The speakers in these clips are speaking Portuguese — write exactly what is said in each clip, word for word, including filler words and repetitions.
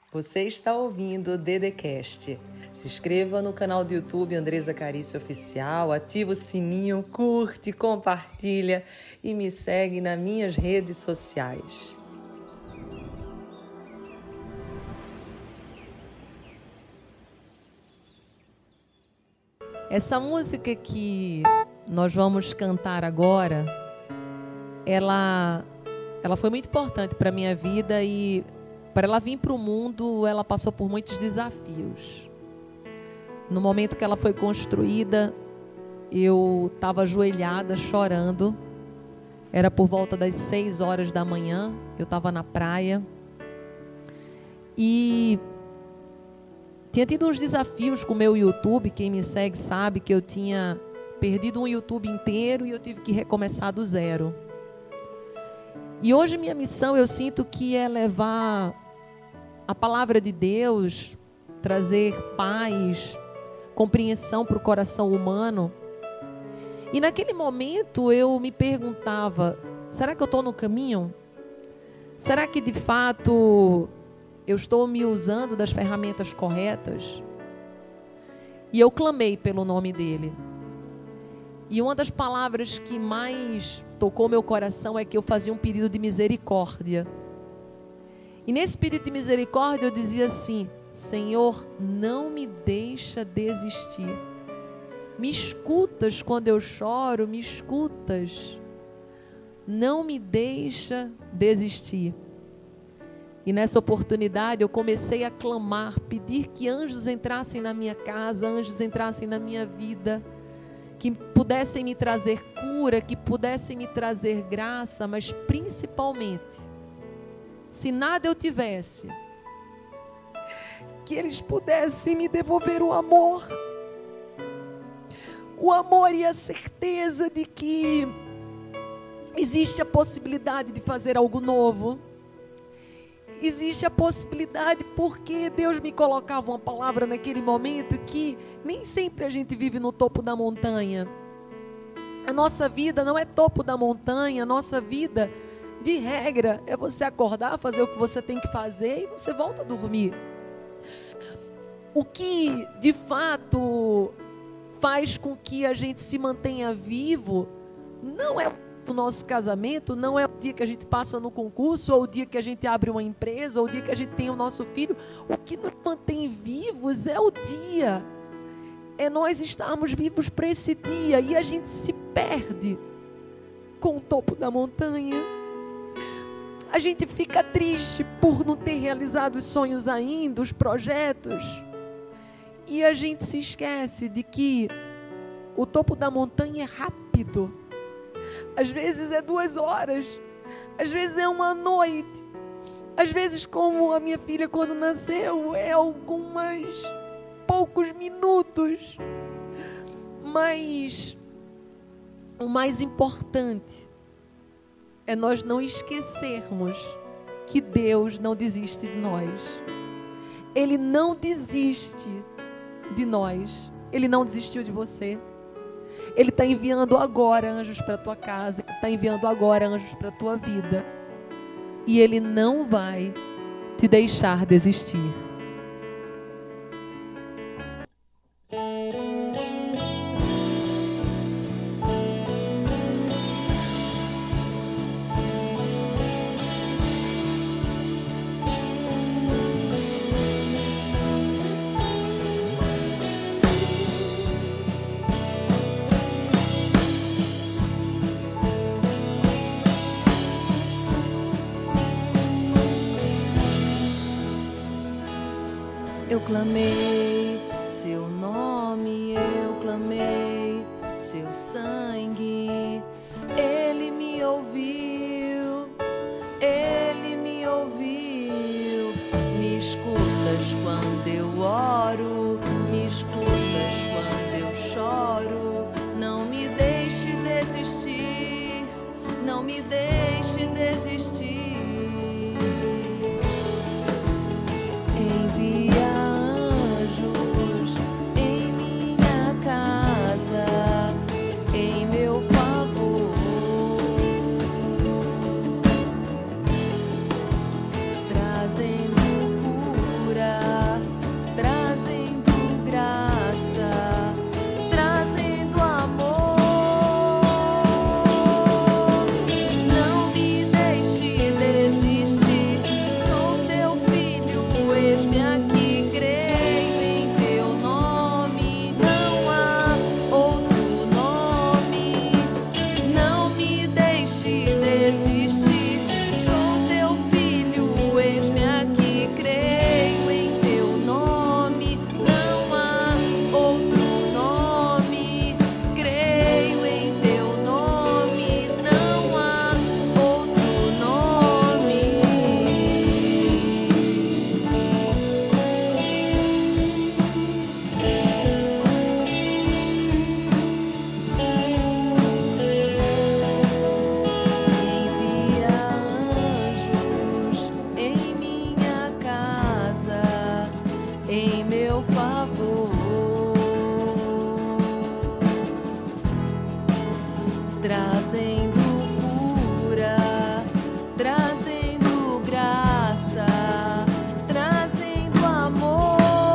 Você está ouvindo o Dedecast. Se inscreva no canal do YouTube Andresa Carício Oficial, ativa o sininho, curte, compartilha e me segue nas minhas redes sociais. Essa música que nós vamos cantar agora, ela, ela foi muito importante para a minha vida e para ela vir para o mundo, ela passou por muitos desafios. No momento que ela foi construída, eu estava ajoelhada, chorando. Era por volta das seis horas da manhã, eu estava na praia. E tinha tido uns desafios com o meu YouTube. Quem me segue sabe que eu tinha perdido um YouTube inteiro e eu tive que recomeçar do zero. E hoje minha missão, eu sinto que é levar a palavra de Deus, trazer paz, compreensão para o coração humano. E naquele momento eu me perguntava, será que eu estou no caminho? Será que de fato eu estou me usando das ferramentas corretas? E eu clamei pelo nome dele. E uma das palavras que mais tocou meu coração é que eu fazia um pedido de misericórdia. E nesse pedido de misericórdia eu dizia assim: Senhor, não me deixa desistir. Me escutas quando eu choro, me escutas. Não me deixa desistir. E nessa oportunidade eu comecei a clamar, pedir que anjos entrassem na minha casa, anjos entrassem na minha vida, que pudessem me trazer cura, que pudessem me trazer graça, mas principalmente, se nada eu tivesse, que eles pudessem me devolver o amor, o amor e a certeza de que existe a possibilidade de fazer algo novo. Existe a possibilidade, porque Deus me colocava uma palavra naquele momento que nem sempre a gente vive no topo da montanha. A nossa vida não é topo da montanha, a nossa vida, de regra, é você acordar, fazer o que você tem que fazer e você volta a dormir. O que, de fato, faz com que a gente se mantenha vivo, não é o nosso casamento, não é o dia que a gente passa no concurso, ou o dia que a gente abre uma empresa, ou o dia que a gente tem o nosso filho. O que nos mantém vivos é o dia. É nós estarmos vivos para esse dia. E a gente se perde com o topo da montanha. A gente fica triste por não ter realizado os sonhos ainda, os projetos. E a gente se esquece de que o topo da montanha é rápido. Às vezes é duas horas, às vezes é uma noite, às vezes, como a minha filha quando nasceu, é algumas poucos minutos. Mas o mais importante é nós não esquecermos que Deus não desiste de nós. Ele não desiste de nós. Ele não desistiu de você. Ele está enviando agora anjos para a tua casa. Ele está enviando agora anjos para a tua vida. E Ele não vai te deixar desistir. Eu clamei seu nome, eu clamei seu sangue. Ele me ouviu, ele me ouviu. Me escutas quando eu oro, me escutas quando eu choro. Não me deixe desistir, não me deixe desistir. Envia anjos em minha casa, em meu favor, trazendo cura. meu favor, trazendo cura, trazendo graça, trazendo amor.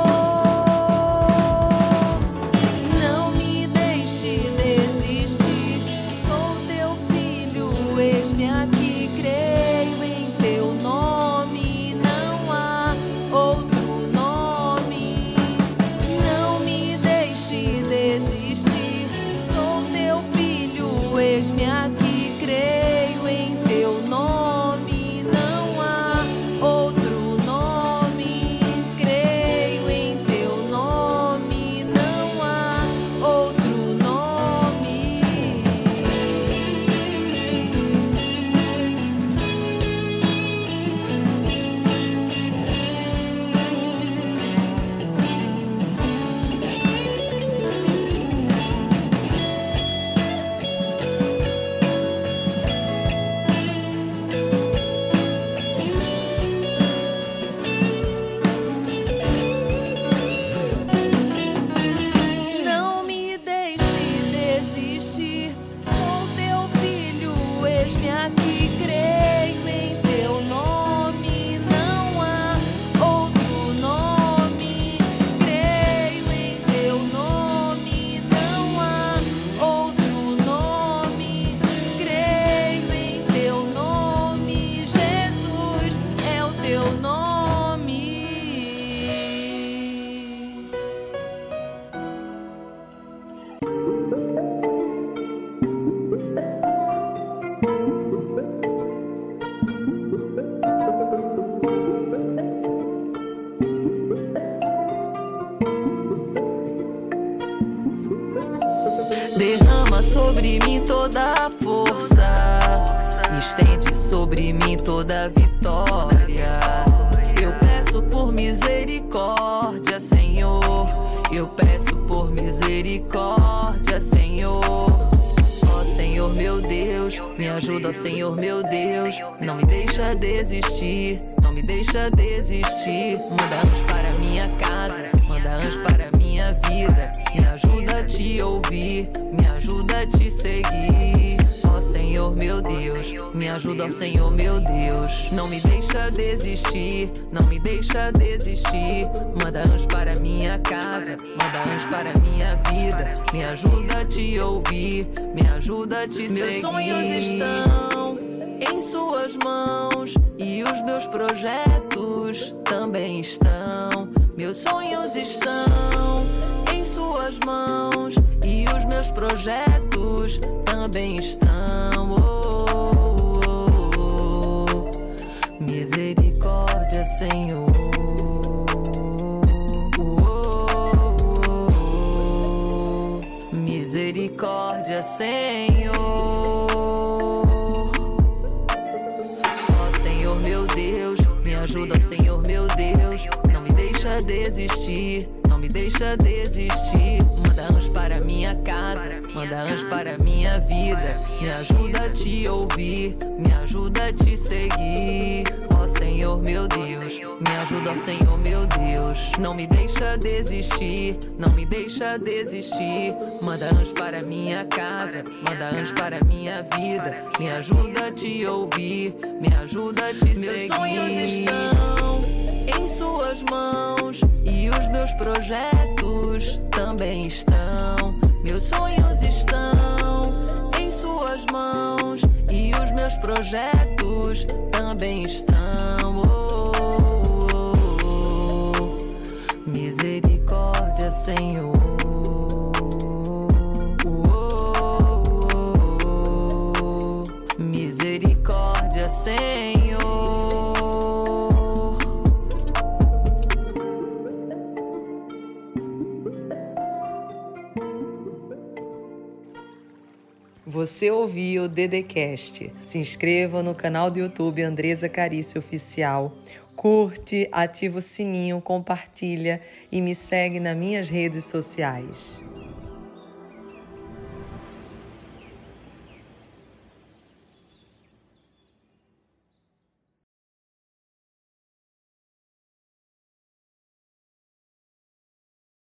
Não me deixe desistir, sou teu filho, eis-me aqui, creio em teu nome, não há outro nome. Não me deixe desistir, sou teu filho, eis-me aqui, creio em teu nome, não há outro nome. Creio em teu nome, não há outro nome. Não me deixe desistir, sou teu filho, eis-me aqui, creio em teu nome, não há outro nome. Creio em teu nome, não há outro nome. Creio em teu nome, Jesus é o teu nome. Derrama sobre mim toda a força, estende sobre mim toda a vitória. Eu peço por misericórdia, Senhor. Eu peço por misericórdia, Senhor. Ó Senhor meu Deus, me ajuda, ó Senhor meu Deus. Não me deixa desistir, não me deixa desistir. Manda anjos para minha casa, manda anjos para minha vida. Me ajuda a te ouvir, me ajuda a te seguir. Ó Senhor meu Deus, me ajuda, ó Senhor meu Deus. Não me deixa desistir, não me deixa desistir. Manda anjos para minha casa, manda anjos para minha vida. Me ajuda a te ouvir, me ajuda a te seguir. Meus sonhos estão em suas mãos e os meus projetos também estão. Meus sonhos estão em suas mãos e os meus projetos também estão. Oh, oh, oh. Misericórdia, Senhor. Oh, oh, oh. Misericórdia, Senhor. Ó Senhor meu Deus, me ajuda, ó Senhor meu Deus. Não me deixa desistir, não me deixa desistir. Manda anjos para minha casa, manda anjos para minha vida. Me ajuda a te ouvir, me ajuda a te seguir. Ó Senhor meu Deus, me ajuda, ó Senhor meu Deus. Não me deixa desistir, não me deixa desistir. Manda anjos para minha casa, manda anjos para minha vida. Me ajuda a te ouvir, me ajuda a te seguir. Meus sonhos estão em suas mãos e os meus projetos também estão. Meus sonhos estão em suas mãos e os meus projetos também estão. Oh, oh, oh. Misericórdia, Senhor. Oh, oh, oh. Misericórdia, Senhor. Você ouviu o Dedecast. Se inscreva no canal do YouTube Andresa Carício Oficial. Curte, ativa o sininho, compartilha e me segue nas minhas redes sociais.